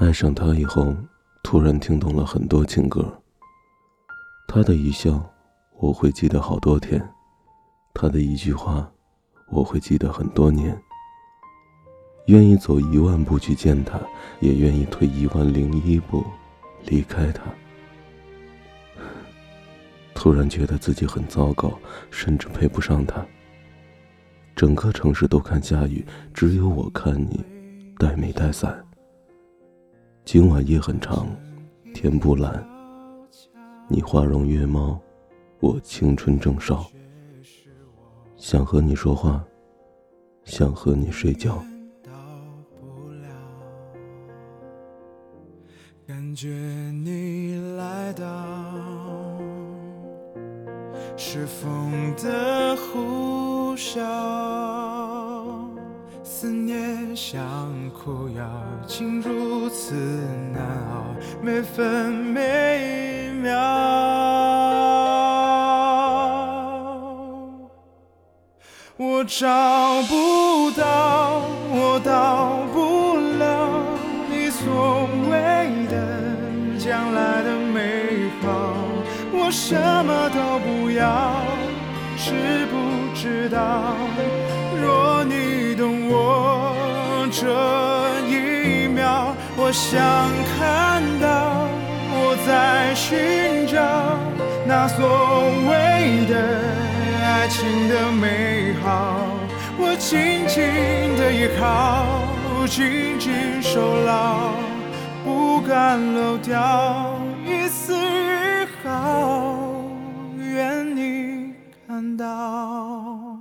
爱上他以后，突然听懂了很多情歌。他的一笑，我会记得好多天；他的一句话，我会记得很多年。愿意走10000步去见他，也愿意退10001步离开他。突然觉得自己很糟糕，甚至配不上他。整个城市都看下雨，只有我看你带没带伞。今晚夜很长，天不蓝，你花容月貌，我青春正少。想和你说话，想和你睡觉。 感觉你来到，是风的呼啸，思念像苦药，竟如此难熬，每分每秒。我找不到，我到不了你所谓的将来的美好，我什么都不要，知不知道？若你懂我这一秒，我想看到我在寻找那所谓的爱情的美好，我紧紧的依靠，紧紧守牢，不敢漏掉一丝一毫，愿你看到。